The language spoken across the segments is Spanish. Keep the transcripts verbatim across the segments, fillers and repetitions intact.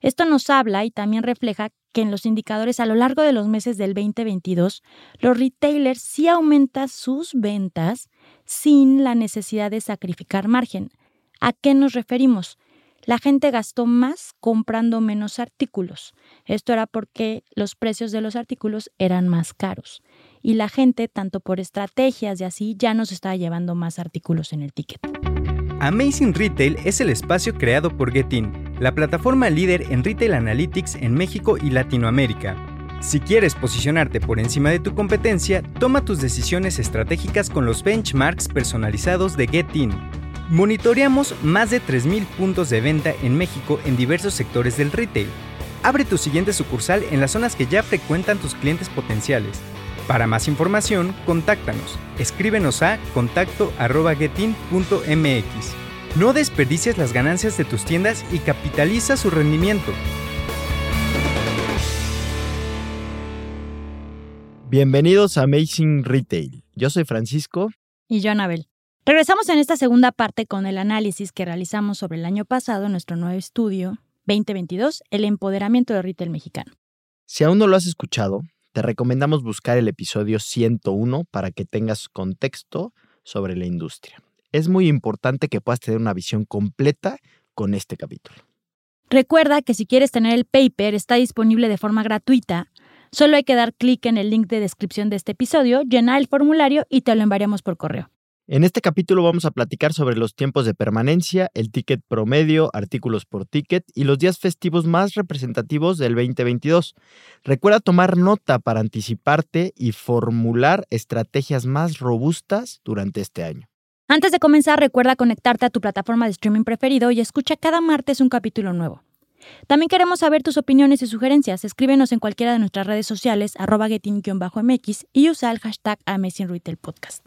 Esto nos habla y también refleja que en los indicadores a lo largo de los meses del veinte veintidós, los retailers sí aumentan sus ventas sin la necesidad de sacrificar margen. ¿A qué nos referimos? La gente gastó más comprando menos artículos. Esto era porque los precios de los artículos eran más caros. Y la gente, tanto por estrategias y así, ya nos estaba llevando más artículos en el ticket. Amazing Retail es el espacio creado por Getin, la plataforma líder en Retail Analytics en México y Latinoamérica. Si quieres posicionarte por encima de tu competencia, toma tus decisiones estratégicas con los benchmarks personalizados de Getin. Monitoreamos más de tres mil puntos de venta en México en diversos sectores del retail. Abre tu siguiente sucursal en las zonas que ya frecuentan tus clientes potenciales. Para más información, contáctanos. Escríbenos a contacto arroba getin punto m x. No desperdicies las ganancias de tus tiendas y capitaliza su rendimiento. Bienvenidos a Amazing Retail. Yo soy Francisco. Y yo, Anabel. Regresamos en esta segunda parte con el análisis que realizamos sobre el año pasado en nuestro nuevo estudio veinte veintidós, el empoderamiento del retail mexicano. Si aún no lo has escuchado, te recomendamos buscar el episodio ciento uno para que tengas contexto sobre la industria. Es muy importante que puedas tener una visión completa con este capítulo. Recuerda que si quieres tener el paper, está disponible de forma gratuita. Solo hay que dar clic en el link de descripción de este episodio, llenar el formulario y te lo enviaremos por correo. En este capítulo vamos a platicar sobre los tiempos de permanencia, el ticket promedio, artículos por ticket y los días festivos más representativos del veinte veintidós. Recuerda tomar nota para anticiparte y formular estrategias más robustas durante este año. Antes de comenzar, recuerda conectarte a tu plataforma de streaming preferido y escucha cada martes un capítulo nuevo. También queremos saber tus opiniones y sugerencias. Escríbenos en cualquiera de nuestras redes sociales, arroba getin-mx y usa el hashtag Amazing Retail Podcast.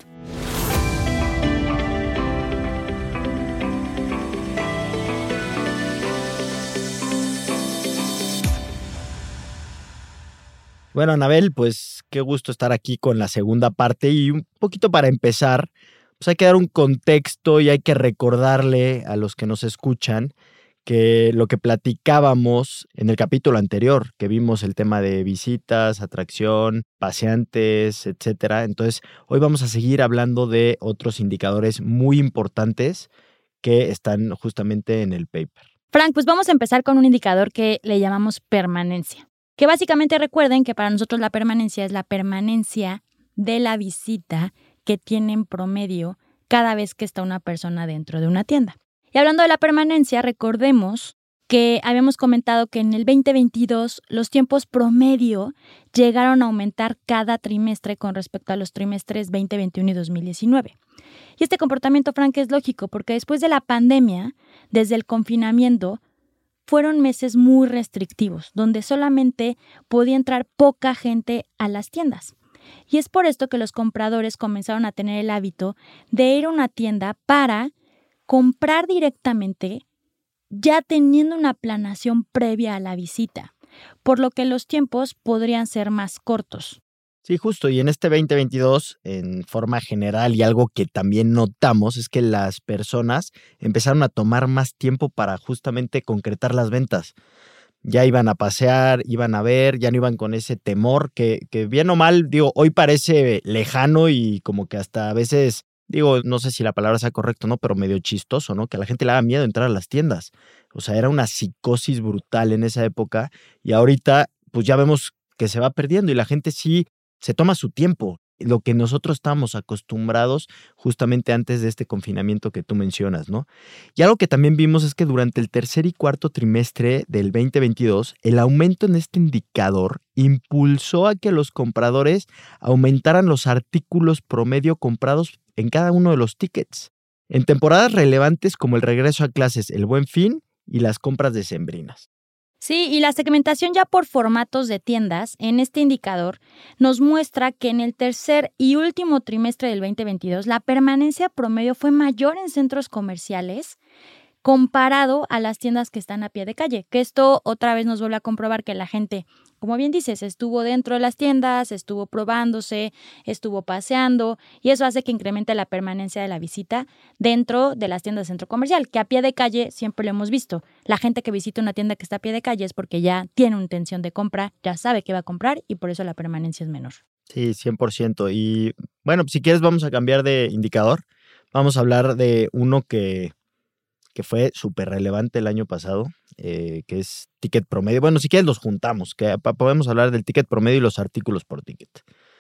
Bueno, Anabel, pues qué gusto estar aquí con la segunda parte y un poquito para empezar, pues hay que dar un contexto y hay que recordarle a los que nos escuchan que lo que platicábamos en el capítulo anterior, que vimos el tema de visitas, atracción, paseantes, etcétera. Entonces, hoy vamos a seguir hablando de otros indicadores muy importantes que están justamente en el paper. Frank, pues vamos a empezar con un indicador que le llamamos permanencia. Que básicamente recuerden que para nosotros la permanencia es la permanencia de la visita que tiene en promedio cada vez que está una persona dentro de una tienda. Y hablando de la permanencia, recordemos que habíamos comentado que en el veinte veintidós los tiempos promedio llegaron a aumentar cada trimestre con respecto a los trimestres veinte veintiuno y dos mil diecinueve. Y este comportamiento, Frank, es lógico porque después de la pandemia, desde el confinamiento, fueron meses muy restrictivos, donde solamente podía entrar poca gente a las tiendas. Y es por esto que los compradores comenzaron a tener el hábito de ir a una tienda para comprar directamente, ya teniendo una planeación previa a la visita, por lo que los tiempos podrían ser más cortos. Sí, justo. Y en este veinte veintidós, en forma general, y algo que también notamos es que las personas empezaron a tomar más tiempo para justamente concretar las ventas. Ya iban a pasear, iban a ver, ya no iban con ese temor que, que bien o mal, digo, hoy parece lejano y como que hasta a veces, digo, no sé si la palabra sea correcta, ¿no? Pero medio chistoso, ¿no? Que a la gente le haga miedo entrar a las tiendas. O sea, era una psicosis brutal en esa época y ahorita pues ya vemos que se va perdiendo y la gente sí se toma su tiempo, lo que nosotros estábamos acostumbrados justamente antes de este confinamiento que tú mencionas, ¿no? Y algo que también vimos es que durante el tercer y cuarto trimestre del veinte veintidós, el aumento en este indicador impulsó a que los compradores aumentaran los artículos promedio comprados en cada uno de los tickets, en temporadas relevantes como el regreso a clases, el Buen Fin y las compras decembrinas. Sí, y la segmentación ya por formatos de tiendas en este indicador nos muestra que en el tercer y último trimestre del veinte veintidós la permanencia promedio fue mayor en centros comerciales comparado a las tiendas que están a pie de calle. Que esto otra vez nos vuelve a comprobar que la gente, como bien dices, estuvo dentro de las tiendas, estuvo probándose, estuvo paseando y eso hace que incremente la permanencia de la visita dentro de las tiendas de centro comercial, que a pie de calle siempre lo hemos visto. La gente que visita una tienda que está a pie de calle es porque ya tiene una intención de compra, ya sabe que va a comprar y por eso la permanencia es menor. Sí, cien por ciento. Y bueno, si quieres vamos a cambiar de indicador. Vamos a hablar de uno que, que fue súper relevante el año pasado, eh, que es ticket promedio. Bueno, si quieres los juntamos, que podemos hablar del ticket promedio y los artículos por ticket.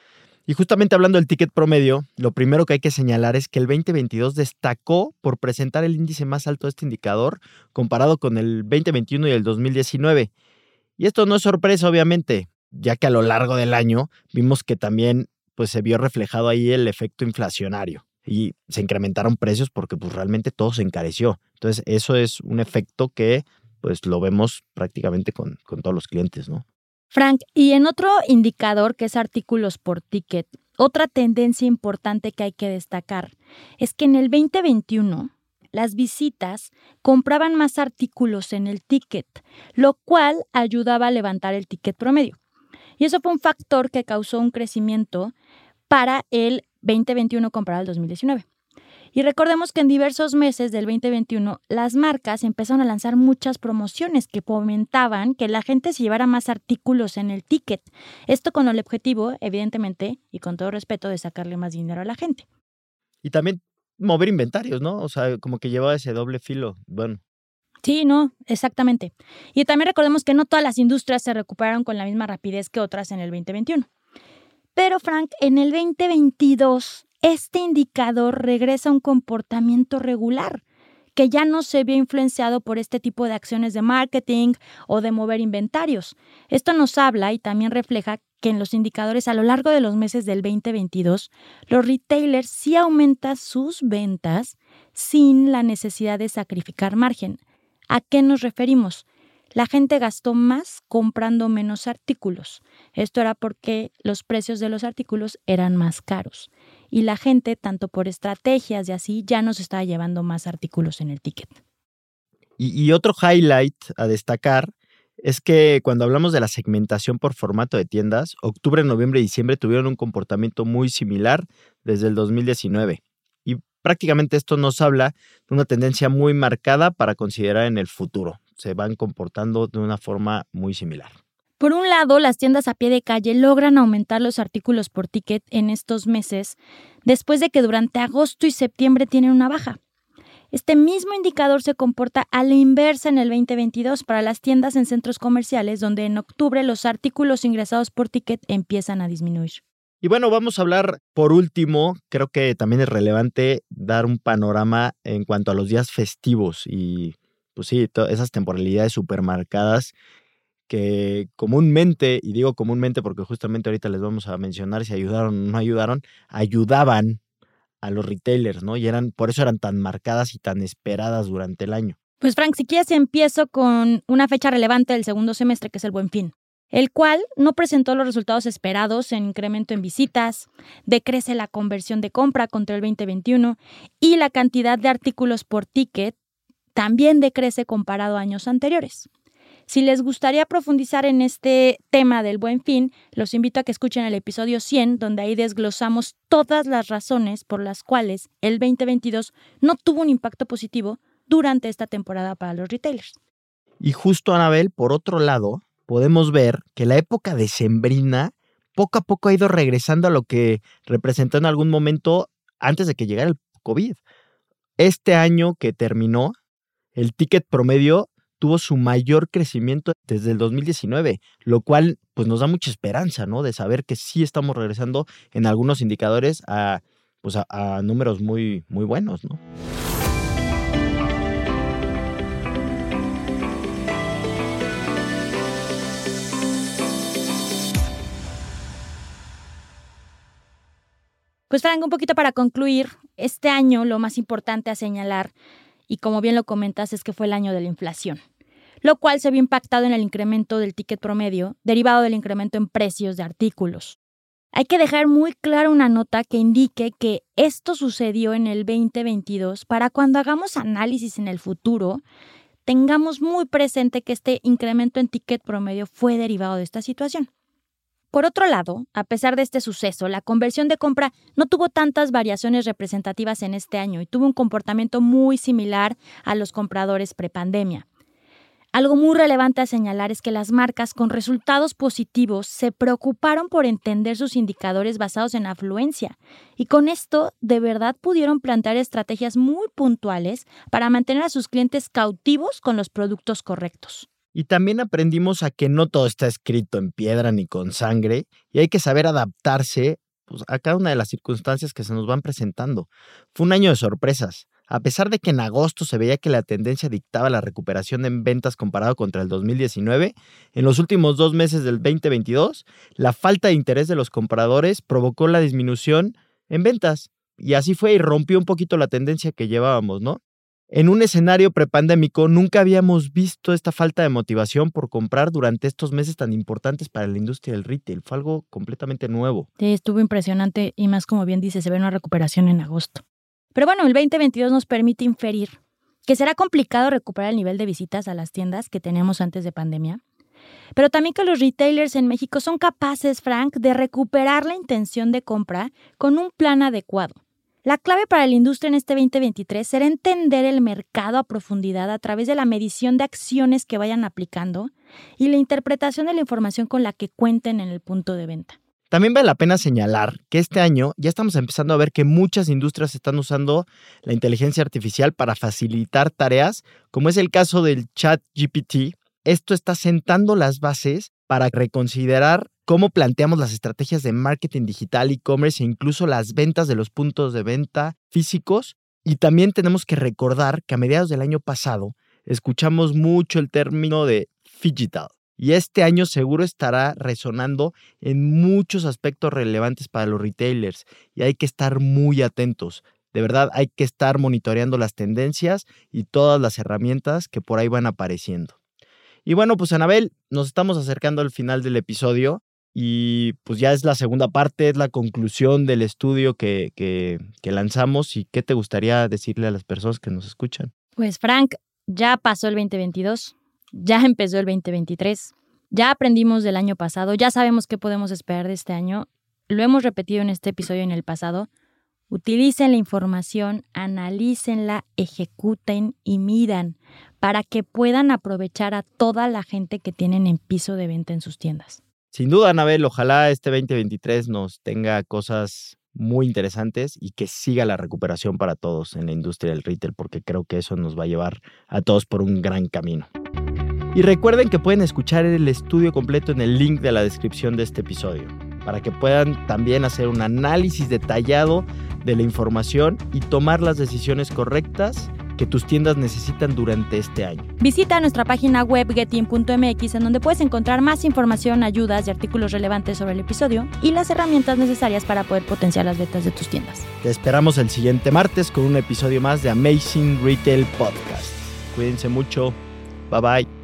Y justamente hablando del ticket promedio, lo primero que hay que señalar es que el veinte veintidós destacó por presentar el índice más alto de este indicador comparado con el veinte veintiuno y el dos mil diecinueve. Y esto no es sorpresa, obviamente, ya que a lo largo del año vimos que también pues, se vio reflejado ahí el efecto inflacionario y se incrementaron precios porque pues, realmente todo se encareció. Entonces, eso es un efecto que pues, lo vemos prácticamente con, con todos los clientes, ¿no? Frank, y en otro indicador que es artículos por ticket, otra tendencia importante que hay que destacar es que en el veinte veintiuno las visitas compraban más artículos en el ticket, lo cual ayudaba a levantar el ticket promedio. Y eso fue un factor que causó un crecimiento para el veinte veintiuno comparado al dos mil diecinueve. Y recordemos que en diversos meses del veinte veintiuno las marcas empezaron a lanzar muchas promociones que fomentaban que la gente se llevara más artículos en el ticket. Esto con el objetivo, evidentemente, y con todo respeto, de sacarle más dinero a la gente. Y también mover inventarios, ¿no? O sea, como que llevaba ese doble filo. Bueno. Sí, no, exactamente. Y también recordemos que no todas las industrias se recuperaron con la misma rapidez que otras en el veinte veintiuno. Pero, Frank, en el veinte veintidós, este indicador regresa a un comportamiento regular, que ya no se vio influenciado por este tipo de acciones de marketing o de mover inventarios. Esto nos habla y también refleja que en los indicadores a lo largo de los meses del veinte veintidós, los retailers sí aumentan sus ventas sin la necesidad de sacrificar margen. ¿A qué nos referimos? La gente gastó más comprando menos artículos. Esto era porque los precios de los artículos eran más caros. Y la gente, tanto por estrategias y así, ya nos estaba llevando más artículos en el ticket. Y, y otro highlight a destacar es que cuando hablamos de la segmentación por formato de tiendas, octubre, noviembre y diciembre tuvieron un comportamiento muy similar desde el dos mil diecinueve. Y prácticamente esto nos habla de una tendencia muy marcada para considerar en el futuro. Se van comportando de una forma muy similar. Por un lado, las tiendas a pie de calle logran aumentar los artículos por ticket en estos meses, después de que durante agosto y septiembre tienen una baja. Este mismo indicador se comporta a la inversa en el veinte veintidós para las tiendas en centros comerciales, donde en octubre los artículos ingresados por ticket empiezan a disminuir. Y bueno, vamos a hablar por último, creo que también es relevante dar un panorama en cuanto a los días festivos y pues sí, to- esas temporalidades supermarcadas que comúnmente, y digo comúnmente porque justamente ahorita les vamos a mencionar si ayudaron o no ayudaron, ayudaban a los retailers, ¿no? Y eran, por eso eran tan marcadas y tan esperadas durante el año. Pues Frank, si quieres empiezo con una fecha relevante del segundo semestre, que es el Buen Fin, el cual no presentó los resultados esperados en incremento en visitas, decrece la conversión de compra contra el veinte veintiuno y la cantidad de artículos por ticket también decrece comparado a años anteriores. Si les gustaría profundizar en este tema del Buen Fin, los invito a que escuchen el episodio cien, donde ahí desglosamos todas las razones por las cuales el veinte veintidós no tuvo un impacto positivo durante esta temporada para los retailers. Y justo, Anabel, por otro lado, podemos ver que la época decembrina poco a poco ha ido regresando a lo que representó en algún momento antes de que llegara el COVID. Este año que terminó, el ticket promedio tuvo su mayor crecimiento desde el dos mil diecinueve, lo cual pues, nos da mucha esperanza, ¿no? De saber que sí estamos regresando en algunos indicadores a, pues, a, a números muy, muy buenos, ¿no? Pues Frank, un poquito para concluir, este año lo más importante a señalar, y como bien lo comentas, es que fue el año de la inflación, lo cual se vio impactado en el incremento del ticket promedio, derivado del incremento en precios de artículos. Hay que dejar muy clara una nota que indique que esto sucedió en el veinte veintidós para cuando hagamos análisis en el futuro, tengamos muy presente que este incremento en ticket promedio fue derivado de esta situación. Por otro lado, a pesar de este suceso, la conversión de compra no tuvo tantas variaciones representativas en este año y tuvo un comportamiento muy similar a los compradores prepandemia. Algo muy relevante a señalar es que las marcas con resultados positivos se preocuparon por entender sus indicadores basados en afluencia y con esto de verdad pudieron plantear estrategias muy puntuales para mantener a sus clientes cautivos con los productos correctos. Y también aprendimos a que no todo está escrito en piedra ni con sangre y hay que saber adaptarse pues, a cada una de las circunstancias que se nos van presentando. Fue un año de sorpresas. A pesar de que en agosto se veía que la tendencia dictaba la recuperación en ventas comparado contra el dos mil diecinueve, en los últimos dos meses del veinte veintidós, la falta de interés de los compradores provocó la disminución en ventas. Y así fue y rompió un poquito la tendencia que llevábamos, ¿no? En un escenario prepandémico nunca habíamos visto esta falta de motivación por comprar durante estos meses tan importantes para la industria del retail. Fue algo completamente nuevo. Sí, estuvo impresionante y más como bien dice, se ve una recuperación en agosto. Pero bueno, el veinte veintidós nos permite inferir que será complicado recuperar el nivel de visitas a las tiendas que teníamos antes de pandemia, pero también que los retailers en México son capaces, Frank, de recuperar la intención de compra con un plan adecuado. La clave para la industria en este veinte veintitrés será entender el mercado a profundidad a través de la medición de acciones que vayan aplicando y la interpretación de la información con la que cuenten en el punto de venta. También vale la pena señalar que este año ya estamos empezando a ver que muchas industrias están usando la inteligencia artificial para facilitar tareas, como es el caso del ChatGPT. Esto está sentando las bases para reconsiderar cómo planteamos las estrategias de marketing digital, e-commerce e incluso las ventas de los puntos de venta físicos. Y también tenemos que recordar que a mediados del año pasado escuchamos mucho el término de phygital. Y este año seguro estará resonando en muchos aspectos relevantes para los retailers y hay que estar muy atentos. De verdad, hay que estar monitoreando las tendencias y todas las herramientas que por ahí van apareciendo. Y bueno, pues Anabel, nos estamos acercando al final del episodio y pues ya es la segunda parte, es la conclusión del estudio que, que, que lanzamos. ¿Y qué te gustaría decirle a las personas que nos escuchan? Pues Frank, ya pasó el veinte veintidós. Ya empezó el veinte veintitrés, ya aprendimos del año pasado, ya sabemos qué podemos esperar de este año. Lo hemos repetido en este episodio en el pasado. Utilicen la información, analícenla, ejecuten y midan para que puedan aprovechar a toda la gente que tienen en piso de venta en sus tiendas. Sin duda, Anabel, ojalá este veinte veintitrés nos tenga cosas muy interesantes y que siga la recuperación para todos en la industria del retail, porque creo que eso nos va a llevar a todos por un gran camino. Y recuerden que pueden escuchar el estudio completo en el link de la descripción de este episodio, para que puedan también hacer un análisis detallado de la información y tomar las decisiones correctas que tus tiendas necesitan durante este año. Visita nuestra página web getin punto m x en donde puedes encontrar más información, ayudas y artículos relevantes sobre el episodio y las herramientas necesarias para poder potenciar las ventas de tus tiendas. Te esperamos el siguiente martes con un episodio más de Amazing Retail Podcast. Cuídense mucho. Bye bye.